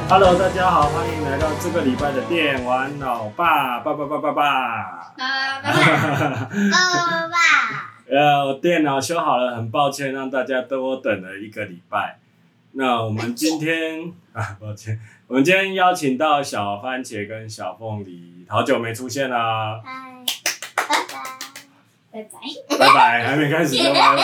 Hello， 大家好，欢迎来到这个礼拜的电玩老爸。我电脑修好了，很抱歉让大家多等了一个礼拜。那我们今天我们今天邀请到小番茄跟小凤梨，好久没出现啦。 嗨，拜拜，还没开始就拜拜。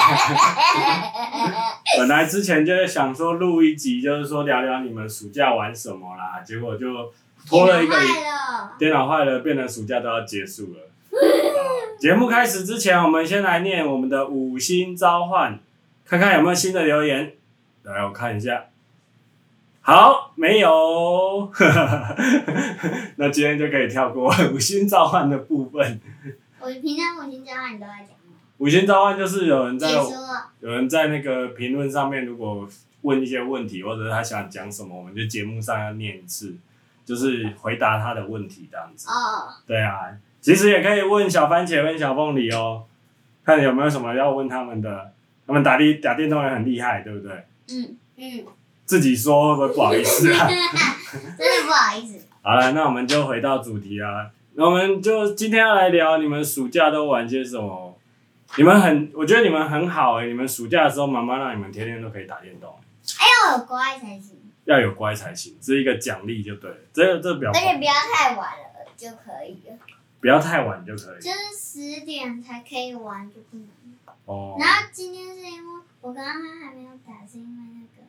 本来之前就是想说录一集，就是说聊聊你们暑假玩什么啦，结果就拖了一个电脑坏了，变成暑假都要结束了。节目开始之前，我们先来念我们的5星召唤，看看有没有新的留言。来，我看一下。好，没有。那今天就可以跳过5星召唤的部分。 我平常5星召唤你都在讲吗 ？5星召唤就是有人在那个评论上面，如果问一些问题，或者他想讲什么，我们就节目上要念一次，就是回答他的问题这样子。 哦。 对啊，其实也可以问小番茄跟小凤梨哦，看有没有什么要问他们的。他们打电动也很厉害，对不对？自己说会不会不好意思啊？ 真的不好意思。 好了，那我们就回到主题啦。那我们就今天要来聊你们暑假都玩些什么。我觉得你们很好你们暑假的时候，妈妈让你们天天都可以打电动。 要有乖才行。 要有乖才行，这是一个奖励就对了。这比较。 而且不要太晚了就可以了。 不要太晚就可以。 就是10点才可以玩就不能。 哦。 然后今天是因为我刚刚还没有打，是因为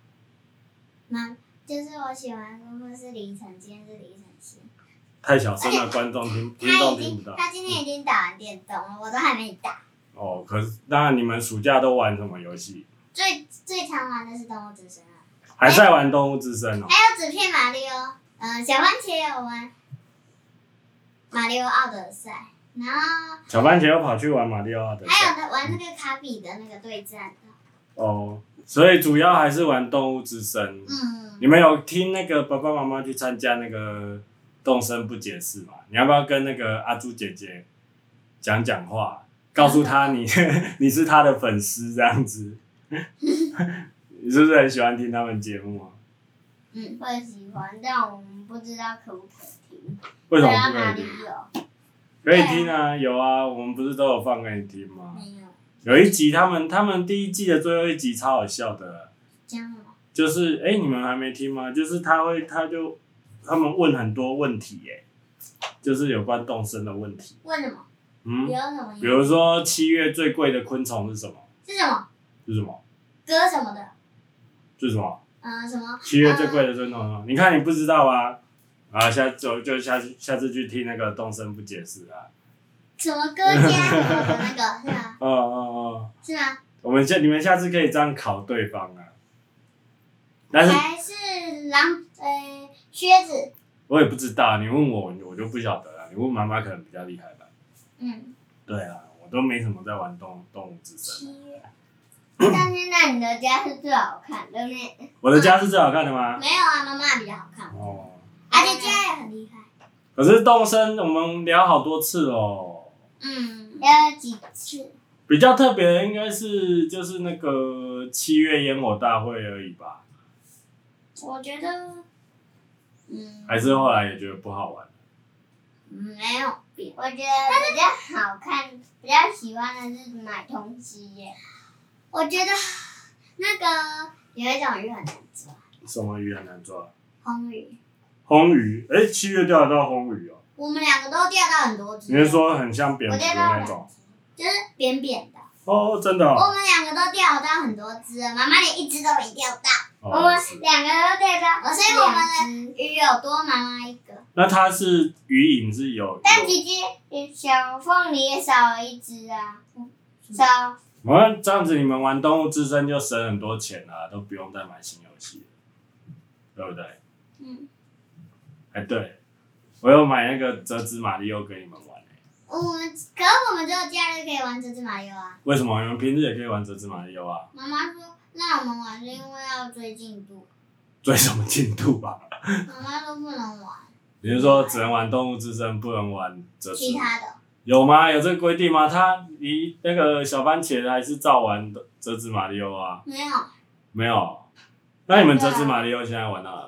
就是我写完功课是凌晨，今天是凌晨4。 太小声了，观众听不到。 他今天已经打完电动了，我都还没打。 哦，可是那你们暑假都玩什么游戏？ 最常玩的是动物之声啊。 还在玩动物之声哦。 还有纸片马里奥，小番茄有玩马里奥奥德赛，然后小番茄又跑去玩马里奥奥德赛。 还有玩那个卡比的那个对战的。 哦，所以主要还是玩动物之声。你们有听那个爸爸妈妈去参加那个动声不解释吗？你要不要跟那个阿朱姐姐讲话，告诉她你是她的粉丝这样子？你是不是很喜欢听他们节目啊？ 我也喜欢，但我们不知道可不可以听。 为什么不可以听？ 哪里有？ 可以听啊，有啊，我们不是都有放给你听吗？ 没有。 有一集他们第一季的最后一集超好笑的。 讲什么？ 就是你们还没听吗？就是他们问很多问题就是有关动声的问题。 问什么？有什么？ 比如说7月最贵的昆虫是什么？ 是什么？ 是什么？ 歌什么的？ 是什么？ 什么 ？7月最贵的昆虫是什么？你看你不知道啊？啊，下次去听那个动声不解释啊。 什么歌家的那个是吗？是吗？ 你们下次可以这样考对方啊。但是还是靴子？我也不知道，你问我就不晓得了。你问妈妈可能比较厉害吧。对啊，我都没什么在玩动物之声。 7月。但现在你的家是最好看的，对不对？ 我的家是最好看的吗？ 没有啊，妈妈比较好看。而且家也很厉害。 可是动声我们聊好多次哦。 聊了几次？ 比较特别的应该是就是那个7月烟火大会而已吧。 我觉得， 还是后来也觉得不好玩。 没有，我觉得比较好看，比较喜欢的是买东西耶。我觉得那个有一种鱼很难抓。什么鱼很难抓？ 红鱼。 红鱼，7月钓得到红鱼哦。 我们2个都钓到很多只。 你是说很像蝙蝠的那种？ 就是扁扁的。 真的哦。 我们2个都钓到很多只，妈妈连1只都没钓到。我们2个都钓到，所以我们的鱼有多妈妈1个。 那它是鱼影是有。 但姐姐小凤梨也少了1只啊，少。 这样子你们玩动物之声就省很多钱啦，都不用再买新游戏了，对不对？对，我有买那个折纸马里奥给你们玩可是我们只有假日可以玩折纸马里奥啊。 为什么？你们平日也可以玩折纸马里奥啊？ 妈妈说让我们玩是因为要追进度。 追什么进度啊？ 妈妈说不能玩。 你是说只能玩动物之声，不能玩折纸？ 其他的。 有吗？有这个规定吗？你那个小番茄还是照玩折纸马里奥啊？ 没有。 没有。那你们折纸马里奥现在玩到哪边？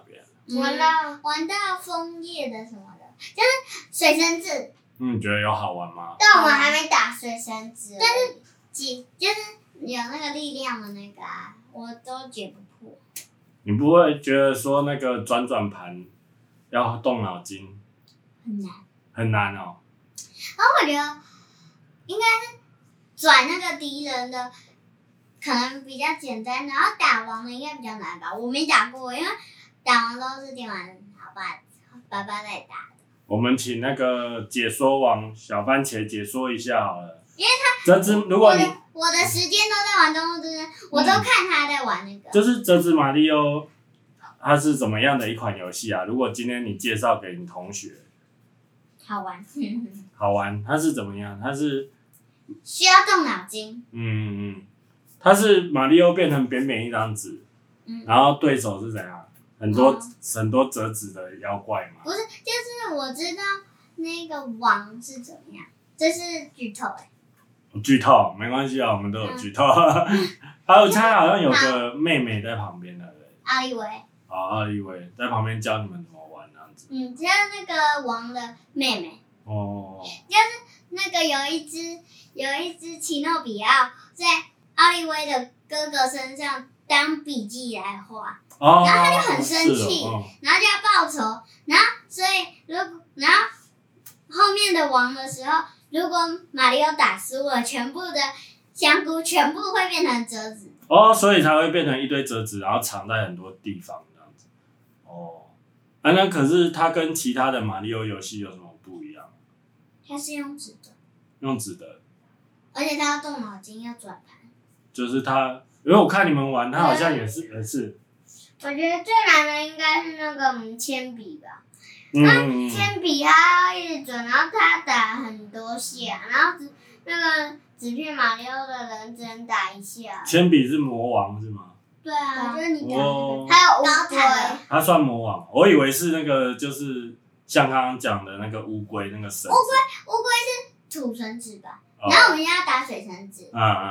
玩到枫叶的什么的，就是水生字。 觉得有好玩吗？ 但我们还没打水生字，但是就是有那个力量的那个我都解不破。 你不会觉得说那个转盘要动脑筋？ 很难。 很难哦。 然后我觉得应该是转那个敌人的可能比较简单，然后打王的应该比较难吧。我没打过，因为打王都是电玩爸爸在打的。 我们请那个解说王小番茄解说一下好了。 因为折纸，如果我的时间都在玩动物之森，我都看他在玩那个。 就是折纸马里奥，它是怎么样的一款游戏啊？如果今天你介绍给你同学， 好玩。 好玩，它是怎么样？它是需要动脑筋。 它是马里奥变成扁扁一张纸，然后对手是怎样？很多折纸的妖怪嘛。 不是，就是我知道那个王是怎么样，这是剧透剧透没关系啊，我们都有剧透。还有他好像有个妹妹在旁边的， 奥利维。 奥利维在旁边教你们怎么玩这样子。 就是那个王的妹妹。就是那个有一只奇诺比奥在奥利维的哥哥身上当笔记来画，然后他就很生气，然后就要报仇，然后所以然后后面的王的时候，如果马里奥打输了，全部的香菇全部会变成折纸。 所以才会变成一堆折纸，然后藏在很多地方这样子。那可是它跟其他的马里奥游戏有什么不一样？ 它是用纸的。 用纸的。 而且它要动脑筋，要转盘。 就是它，因为我看你们玩，它好像也是。 我觉得最难的应该是那个铅笔吧。铅笔它要一直转，然后它打很多下，然后那个纸片马里奥的人只能打一下。 铅笔是魔王是吗？ 对啊，就是你讲的。还有乌龟。 它算魔王，我以为是那个就是像刚刚讲的那个乌龟那个绳子。 乌龟是土绳子吧？然后我们要打水绳子。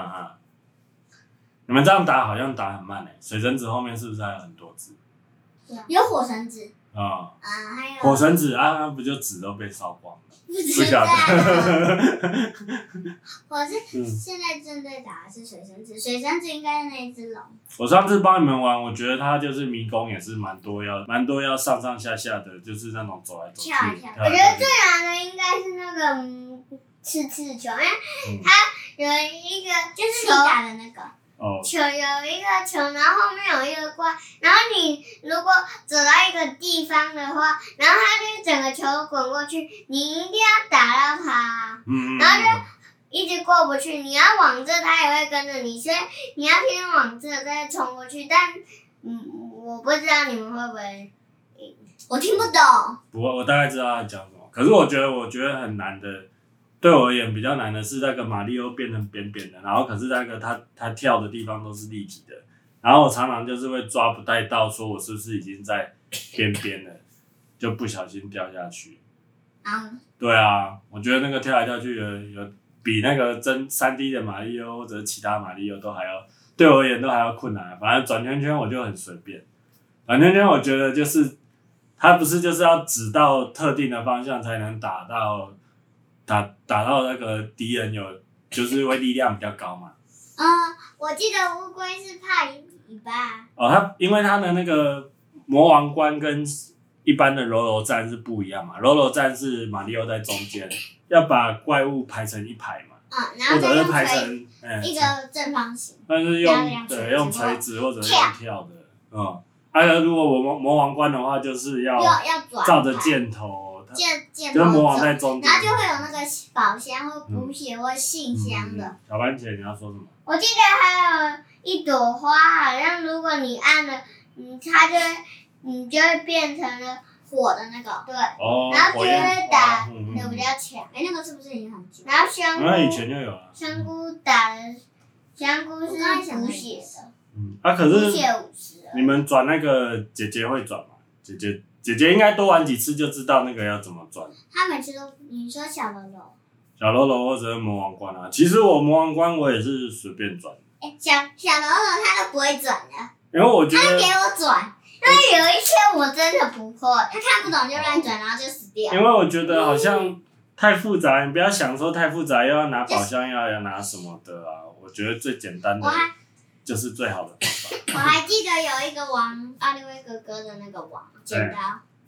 你们这样打好像打很慢水绳子后面是不是还有很多字？ 有火绳子。 还有火绳子不就纸都被烧光了？ 不晓得。 我是现在正在打的是水绳子，水绳子应该是那一只龙。 我上次帮你们玩，我觉得它就是迷宫也是蛮多要上上下下的，就是那种走来走去。 我觉得最难的应该是那个刺球，因为它有一个就是你打的那个。球有一个球，然后后面有一个怪，然后你如果走到一个地方的话，然后它就整个球滚过去，你一定要打到它，然后就一直过不去。你要往这，它也会跟着你，所以你要先往这再冲过去。但我不知道你们会不会，我听不懂。 我大概知道他讲什么，可是我觉得很难的。对我而言比较难的是那个马里奥变成扁扁的，然后可是那个他跳的地方都是立体的，然后我常常就是会抓不太到，说我是不是已经在边边了，就不小心掉下去。对啊，我觉得那个跳来跳去有比那个真 3D 的马里奥或者其他马里奥都还要，对我而言都还要困难。反正转圈圈我就很随便，转圈圈我觉得就是它不是就是要指到特定的方向才能打到那个敌人就是因为力量比较高嘛。 我记得乌龟是怕尾巴。 因为它的那个魔王关跟一般的柔柔战是不一样嘛，柔柔战是马里奥在中间，要把怪物排成一排嘛， 然后再或者是排成一个正方形。 但是用垂直或者用跳的。如果我魔王关的话，就是要照着箭头。就是魔王在中间， 然后就会有那个宝箱或补血或信箱的。 小番茄，你要说什么？ 我记得还有一朵花，好像如果你按了，你就会变成了火的那个，对。然后就会打的比较强。那个是不是已经很久？然后香菇， 那以前就有了。 香菇是补血的。 可是你们转那个姐姐会转吗？姐姐应该多玩几次就知道那个要怎么转。 她每次都，你说小喽啰。 小喽啰或者是魔王关其实我魔王关我也是随便转。 小喽啰她都不会转的。 因为我觉得。 她给我转， 那有一些我真的不会，他看不懂就乱转，然后就死掉。 因为我觉得好像太复杂，你不要想说太复杂，又要拿宝箱，又要拿什么的啊。我觉得最简单的就是最好的方法。 我还记得有一个王，奥利威哥哥的那个王剪刀。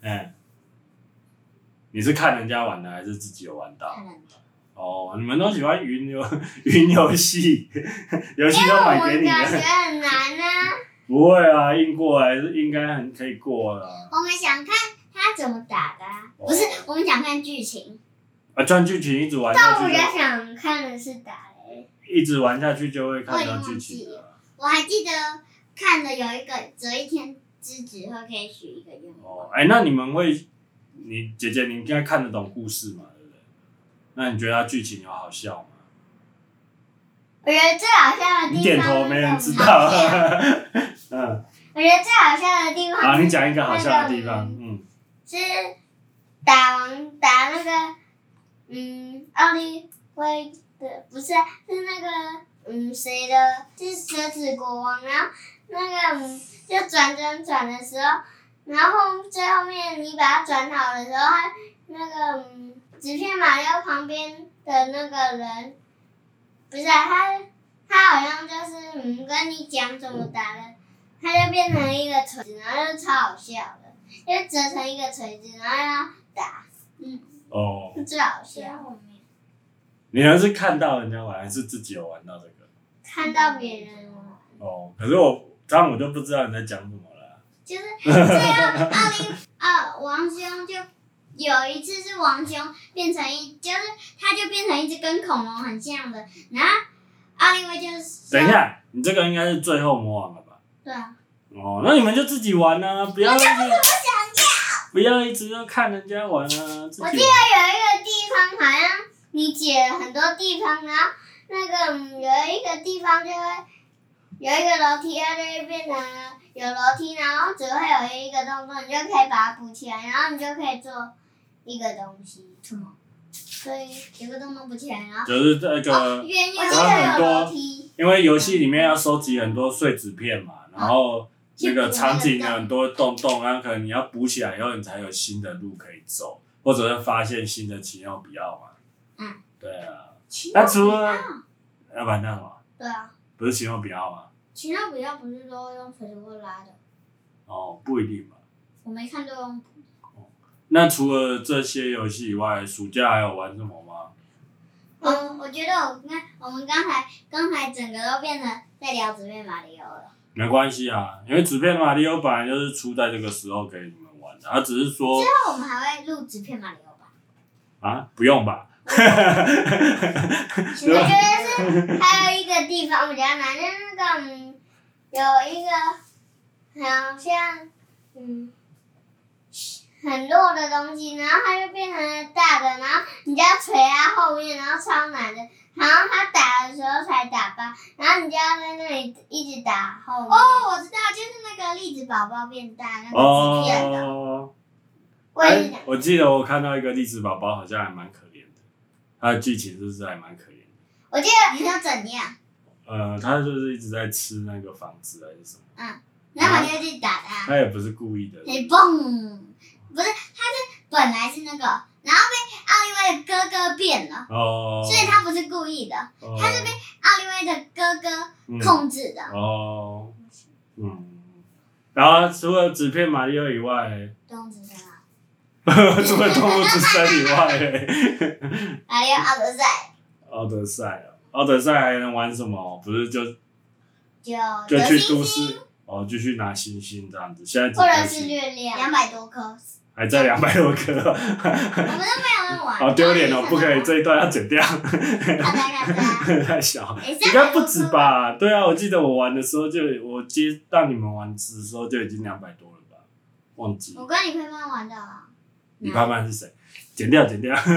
你是看人家玩的，还是自己有玩到？ 看人家。 哦，你们都喜欢云游戏，游戏都买给你的。 因为我感觉很难啊。 不会啊，硬过来是应该很可以过的。 我们想看他怎么打的不是，我们想看剧情。 转剧情一直玩下去。 但我比较想看的是打雷。 一直玩下去就会看到剧情了。 我还记得看的有一个折一天之子会可以许一个愿望。 那你们会，姐姐你应该看得懂故事嘛，对不对？那你觉得它剧情有好笑吗？ 我觉得最好笑的地方。 你点头没人知道。 我觉得最好笑的地方。 好，你讲一个好笑的地方。 是打那个奥利威的，不是，是那个谁的？是蛇子国王，然后那个就转的时候，然后最后面你把它转好的时候，他那个纸片马里奥旁边的那个人，不是他好像就是跟你讲怎么打的，他就变成一个锤子，然后就超好笑的，就折成一个锤子，然后要打，最好笑。 你还是看到人家玩，还是自己有玩到这个？ 看到别人玩。 可是这样我就不知道你在讲什么了。 就是最后王兄就有一次是王兄变成他就变成一只跟恐龙很像的，然后奥利威就是。 等一下，你这个应该是最后魔王了吧？ 对啊。 那你们就自己玩啊，不要。 我就不怎么想要。 不要一直要看人家玩啊。 我记得有一个地方好像你解了很多地方，然后那个有一个地方就会有一个楼梯，它就会变成有楼梯，然后只会有一个洞洞，你就可以把它补起来，然后你就可以做一个东西。什么？所以有个洞洞补起来，然后就是这个。 很多。 因为游戏里面要收集很多碎纸片嘛，然后那个场景有很多洞洞，然后可能你要补起来以后，你才有新的路可以走，或者是发现新的奇妙比奥嘛。对啊。那除了要不然那什么？ 对啊。 不是奇妙比奥吗？ 奇妙比奥不是都用锤子或拉的？ 不一定吧。 我没看都用。 那除了这些游戏以外，暑假还有玩什么吗？ 我觉得我们刚才整个都变成在聊纸片马里奥了。 没关系啊，因为纸片马里奥本来就是出在这个时候给你们玩的，它只是说。 之后我们还会录纸片马里奥吧？ 不用吧。 我觉得是还有一个地方比较难，就是那个有一个好像很弱的东西，然后它就变成了大的，然后你就要捶它后面，然后超难的，然后它打的时候才打爆，然后你就要在那里一直打后面。我知道，就是那个栗子宝宝变大那个纸片的。 我记得我看到一个栗子宝宝好像还蛮可怜的，他的剧情是不是还蛮可怜的？ 我记得你说怎样？ 他就是一直在吃那个房子还是什么？ 然后就去打他。 他也不是故意的。 嘣！不是，他是本来是那个，然后被奥利威的哥哥变了。所以他不是故意的，他是被奥利威的哥哥控制的。 然后除了纸片马里奥以外， 动物之森啊。 除了动物之森以外， 还有奥德赛。 奥德赛还能玩什么？不是就去都市就去拿星星这样子。现在或者是月亮200多颗。 还在200多颗。 我们都没有玩。 好丢脸哦！不可以，这一段要剪掉。太小，应该不止吧？对啊，我记得我玩的时候我让你们玩的时候就已经200多了吧？忘记。 我跟你陪伴玩的啊。 你陪伴是谁？剪掉。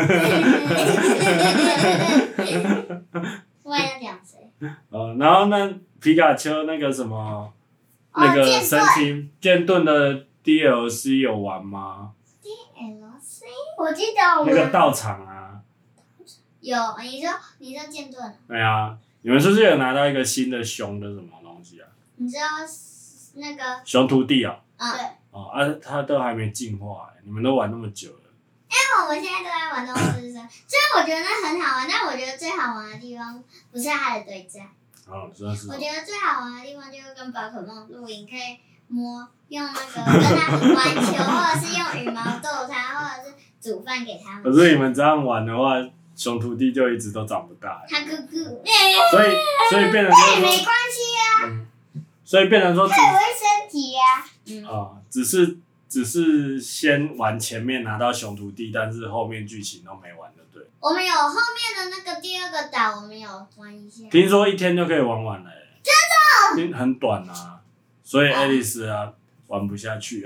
我也要讲谁？ 然后那皮卡丘那个什么，那个神奇剑盾的 DLC 有玩吗？ DLC 我记得那个道场啊。 有，你说剑盾？ 对啊，你们是不是有拿到一个新的熊的什么东西啊？ 你知道那个熊徒弟啊？ 对。 哦它都还没进化，你们都玩那么久了。 因为我们现在都在玩动物之声，虽然我觉得那很好玩，但我觉得最好玩的地方不是它的对战。 真的是。 我觉得最好玩的地方就是跟宝可梦露营，可以用那个跟它玩球，或者是用羽毛逗它，或者是煮饭给它们。 可是你们这样玩的话，熊徒弟就一直都长不大。 它咕咕。 所以变成说。 没关系啊。 所以变成说。 它也会身体啊。 只是先玩前面拿到熊徒弟，但是后面剧情都没玩的，对。 我们有后面的那个第2个岛，我们有玩一下。 听说1天就可以玩完了。真的。很短啊，所以爱丽丝玩不下去。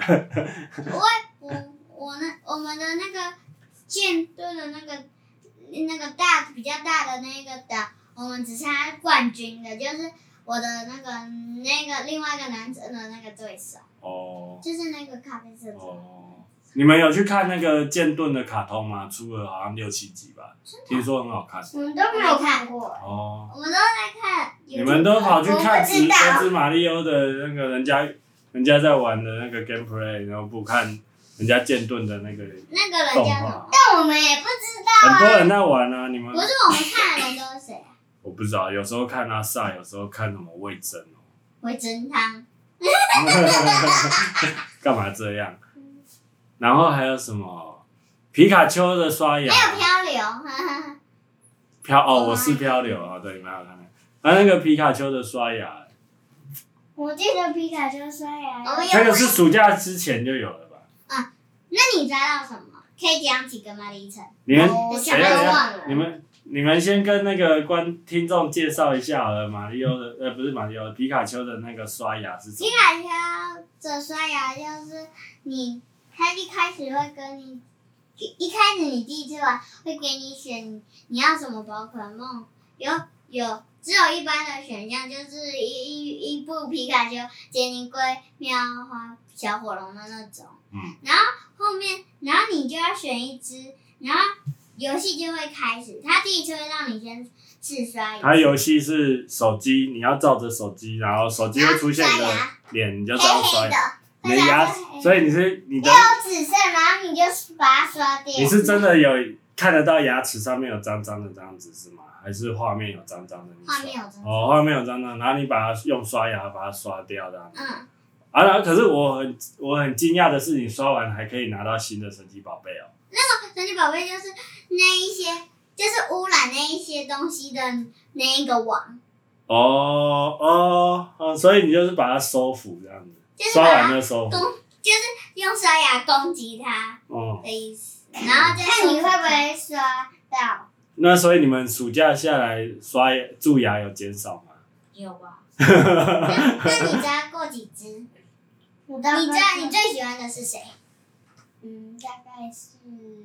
我们的那个剑盾的那个比较大的那个岛，我们只差冠军的，就是我的那个另外一个男生的那个对手。就是那个咖啡色的。 你们有去看那个剑盾的卡通吗？出了好像6、7集吧，听说很好看。 我们都没有看过。我们都在看。 你们都跑去看儿子马里奥的那个人家在玩的那个 gameplay， 然后不看人家剑盾的那个人叫什么？ 但我们也不知道啊。 很多人在玩啊，你们。 不是我们看的人都是谁啊？ 我不知道，有时候看阿萨，有时候看什么味噌味噌汤。 干嘛这样？然后还有什么？皮卡丘的刷牙。 还有漂流。我是漂流啊，对，蛮好看的。那个皮卡丘的刷牙。 我记得皮卡丘刷牙。 那个是暑假之前就有了吧？ 那你抓到什么？可以讲几个吗？李晨。 你们先跟那个听众介绍一下好了，不是马里奥，皮卡丘的那个刷牙是什么？ 皮卡丘的刷牙就是他一开始会跟你，一开始你第一次玩会给你选你要什么宝可梦，只有一般的选项，就是一部皮卡丘、杰尼龟、妙花、小火龙的那种。然后你就要选一只，然后游戏就会开始。他第一次会让你先试刷牙。 他游戏是手机，你要照着手机，然后手机会出现你的脸，你就知道刷牙。你的牙，所以你的有紫色，然后你就把它刷掉。 你是真的有看得到牙齿上面有脏脏的这样子是吗？还是画面有脏脏的？ 画面有脏脏。 画面有脏脏，然后你把它用刷牙把它刷掉这样子。可是我很惊讶的是，你刷完还可以拿到新的神奇宝贝哦。 那个神奇宝贝就是那一些，就是污染那一些东西的那一个网。 所以你就是把它收服这样子。刷完就收服。 就是用刷牙攻击它的意思，然后看你会不会刷到。 那所以你们暑假下来蛀牙有减少吗？ 有吧。那你抓过几只？你最喜欢的是谁？大概是，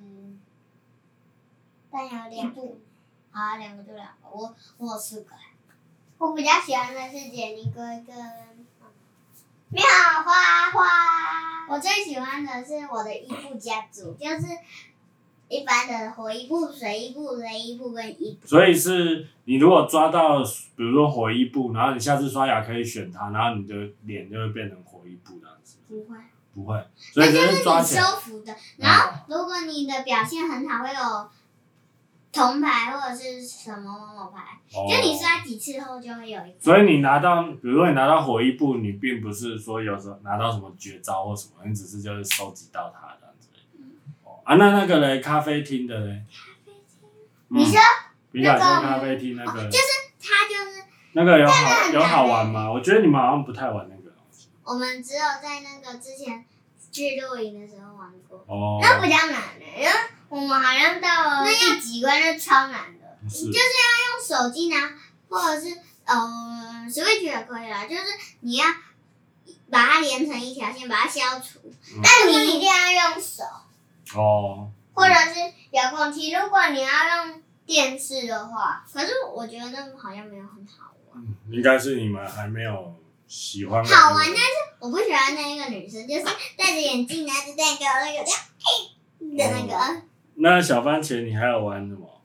但有2部。好啊，2个就2个。我有4个。我比较喜欢的是杰尼龟跟妙花花。我最喜欢的是我的伊布家族，就是一般的火伊布、水伊布、雷伊布跟伊布。 所以是你如果抓到，比如说火伊布，然后你下次刷牙可以选它，然后你的脸就会变成火伊布这样子。不会。所以就是抓起来。 那就是你收服的，然后如果你的表现很好，会有铜牌或者是什么某某牌，就你刷几次后就会有一个。 所以比如说你拿到火伊布，你并不是说有时候拿到什么绝招或什么，你只是就是收集到它这样子。那个嘞，咖啡厅的嘞。 咖啡厅？你说？ 皮卡丘咖啡厅那个。 就是它就是。 那个有好玩吗？我觉得你们好像不太玩那个。 我们只有在那个之前去露营的时候玩过。那比较难因为我们好像到了第几关就超难的。你就是要用手机拿，或者是Switch 也可以啦，就是你要把它连成一条线，把它消除。但你一定要用手。或者是遥控器，如果你要用电视的话，可是我觉得那好像没有很好玩。 应该是你们还没有喜欢。 好玩，但是我不喜欢那一个女生，就是戴着眼镜拿着那个的那个。 那小番茄，你还有玩什么？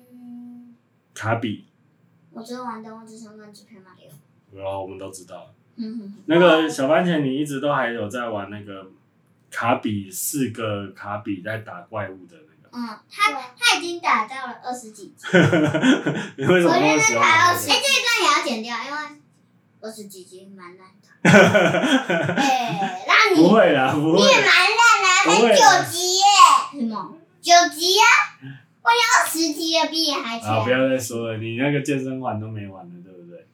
卡比。 我只有玩动物之声跟纸片马里奥。 然后我们都知道。 那个小番茄，你一直都还有在玩那个卡比4个卡比在打怪物的那个。 他已经打到了20几级。 你为什么那么喜欢？ 这一段也要剪掉，因为20几集蛮烂的。那你不会啦，不会。 你也蛮烂的，才9集耶。什么？9集啊？我要20集了，比你还强。 不要再说了，你那个健身环都没玩了，对不对？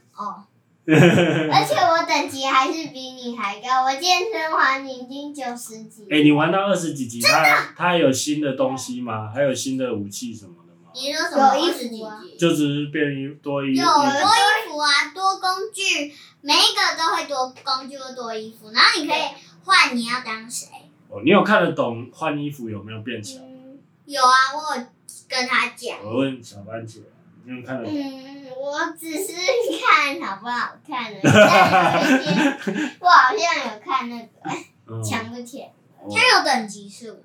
而且我等级还是比你还高，我健身环已经90级。 你玩到20几集，它还有新的东西吗？还有新的武器什么的吗？ 你说什么20几集？ 就只是变多衣服。 有多衣服啊，多工具，每一个都会多工具或多衣服，然后你可以换你要当谁。 你有看得懂换衣服有没有变强？ 有啊，我有跟他讲。 我问小番茄，你有看得懂？ 我只是看好不好看而已。但有一天，我好像有看那个强不强？它有等级数。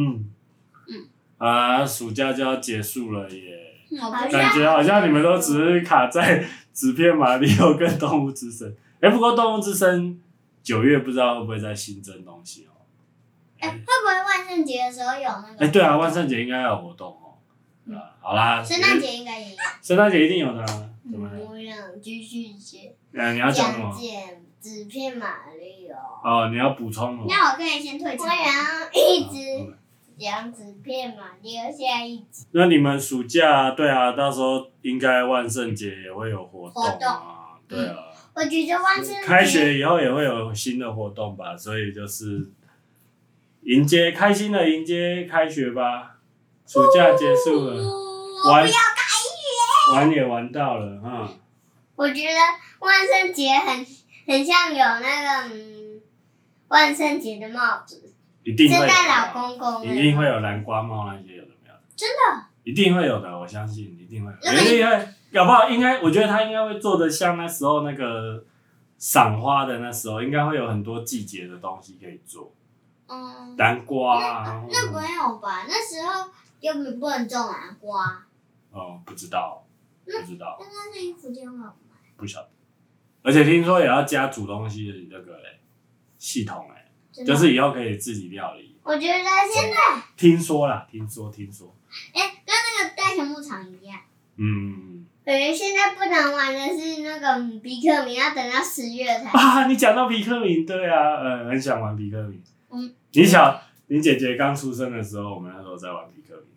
暑假就要结束了耶， 感觉好像你们都只是卡在纸片马里奥跟动物之声。不过动物之声9月不知道会不会再新增东西哦。 会不会万圣节的时候有那个？ 对啊，万圣节应该有活动哦。好啦， 圣诞节应该也有。 圣诞节一定有的啊。怎么了？ 我想继续写。 你要讲什么？ 纸片马里奥。 你要补充吗？ 那我可以先退出。我想一直讲纸片马里奥下一集。 那你们暑假对啊，到时候应该万圣节也会有活动啊。对啊。 我觉得万圣节开学以后也会有新的活动吧，所以就是开心的迎接开学吧。暑假结束了， 我不要开学。 玩也玩到了， 我觉得万圣节很像有那个万圣节的帽子， 一定会有。 圣诞老公公一定会有南瓜帽那些有的没有的。 真的？ 一定会有的，我相信一定会有。因为搞不好我觉得他应该会做的像那时候那个赏花的那时候，应该会有很多季节的东西可以做。南瓜啊。 那没有吧？那时候又不能种南瓜。 不知道。 那那衣服就好买。 不晓得。而且听说也要加煮东西的那个系统就是以后可以自己料理。 我觉得现在听说啦，听说。 跟那个大熊牧场一样。现在不能玩的是那个皮克明，要等到10月才。 你讲到皮克明，对啊，很想玩皮克明。你姐姐刚出生的时候，我们那时候在玩皮克明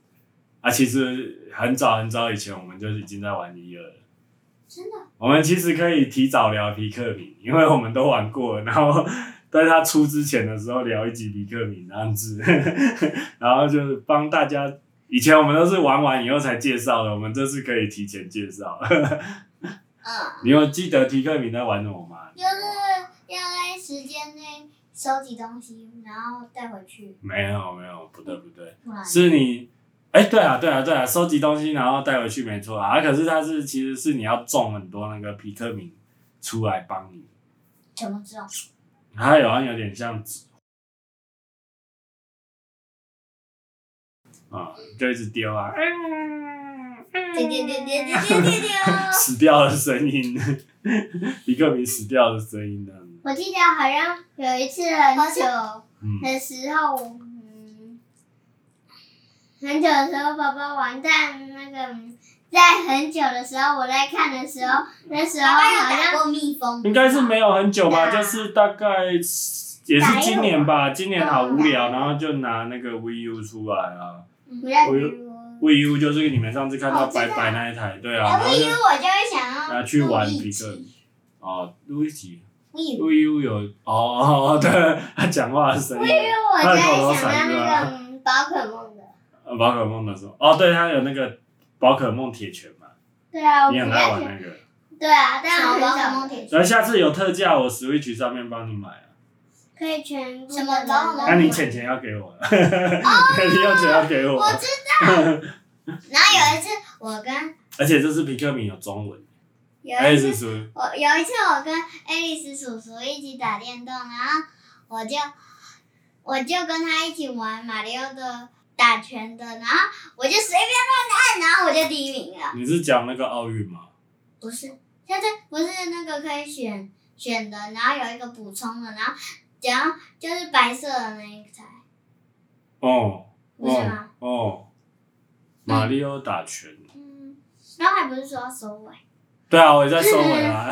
3。其实很早很早以前，我们就已经在玩1、2了。 真的。 我们其实可以提早聊皮克明，因为我们都玩过了，然后在他出之前的时候聊一集皮克明这样子，然后就帮大家。以前我们都是玩完以后才介绍的，我们这次可以提前介绍。你有记得皮克明在玩什么吗？ 就是要在时间内收集东西，然后带回去。 没有，不对，是你。对啊，收集东西然后带回去没错啊。可是其实是你要种很多那个皮克明出来帮你。 怎么种？ 它有点像就一直丢啊。 丢。 死掉的声音，皮克明死掉的声音呢？ 我记得好像有一次很久的时候，很久的时候，爸爸玩但那个在很久的时候，我在看的时候，那时候好像过蜜蜂。 应该是没有很久吧，就是大概也是今年吧。今年好无聊，然后就拿那个 Wii U 出来啊。Wii U 就是你们上次看到白白那一台，对啊。 Wii U 我就会想要拿去玩皮克明。录一集。 Wii U 有对，他讲话的声音。 Wii U 我就会想到那个宝可梦的。 宝可梦的时候，对，他有那个宝可梦铁拳嘛。 对啊， 你很爱玩那个。 对啊，但我宝可梦铁拳。 然后下次有特价，我 Switch 上面帮你买啊。 可以全部什么宝可梦？ 那你钱要给我，你用钱要给我。 我知道。然后有一次我跟， 而且这次皮克明有中文。 有一次我跟爱丽丝叔叔一起打电动，然后我就跟他一起玩马里奥的打拳的，然后我就随便乱按，然后我就第1名了。 你是讲那个奥运吗？ 不是，现在不是那个可以选选的，然后有一个补充的，然后就是白色的那一台。 哦。 不是吗？ 哦。马里奥打拳。 然后还不是说要收尾？ 对啊，我也在收尾啊。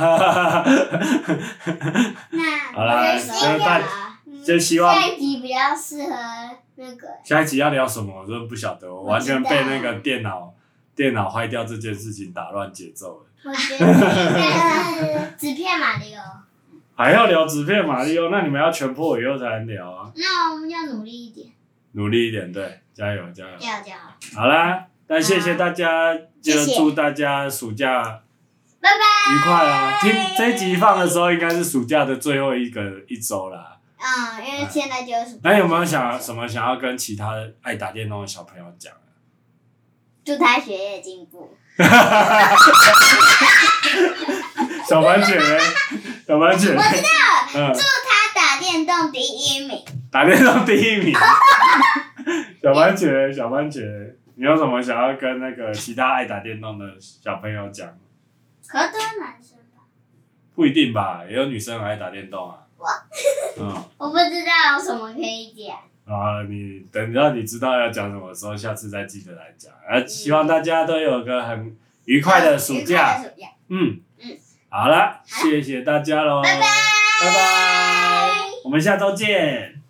那好啦，就希望下一集比较适合那个。 下一集要聊什么，我真的不晓得，我完全被那个电脑坏掉这件事情打乱节奏了。 我觉得应该是纸片马里奥。 还要聊纸片马里奥，那你们要全破以后才能聊啊。 那我们要努力一点。 努力一点，对，加油加油。 加油加油。 好啦，那谢谢大家，就祝大家暑假拜拜愉快啊！听这一集放的时候，应该是暑假的最后一周啦。 因为现在就是暑假。 那有没有想要跟其他爱打电动的小朋友讲？ 祝他学业进步。 小番茄呢？小番茄。 我知道了。祝他打电动第1名。 打电动第1名。小番茄，你有什么想要跟那个其他爱打电动的小朋友讲？ 可都是男生吧？ 不一定吧，也有女生很爱打电动啊。 我不知道有什么可以讲。 你等到你知道要讲什么时候，下次再记得来讲。希望大家都有个很愉快的暑假。好了，谢谢大家喽， 拜拜， 拜拜，我们下周见。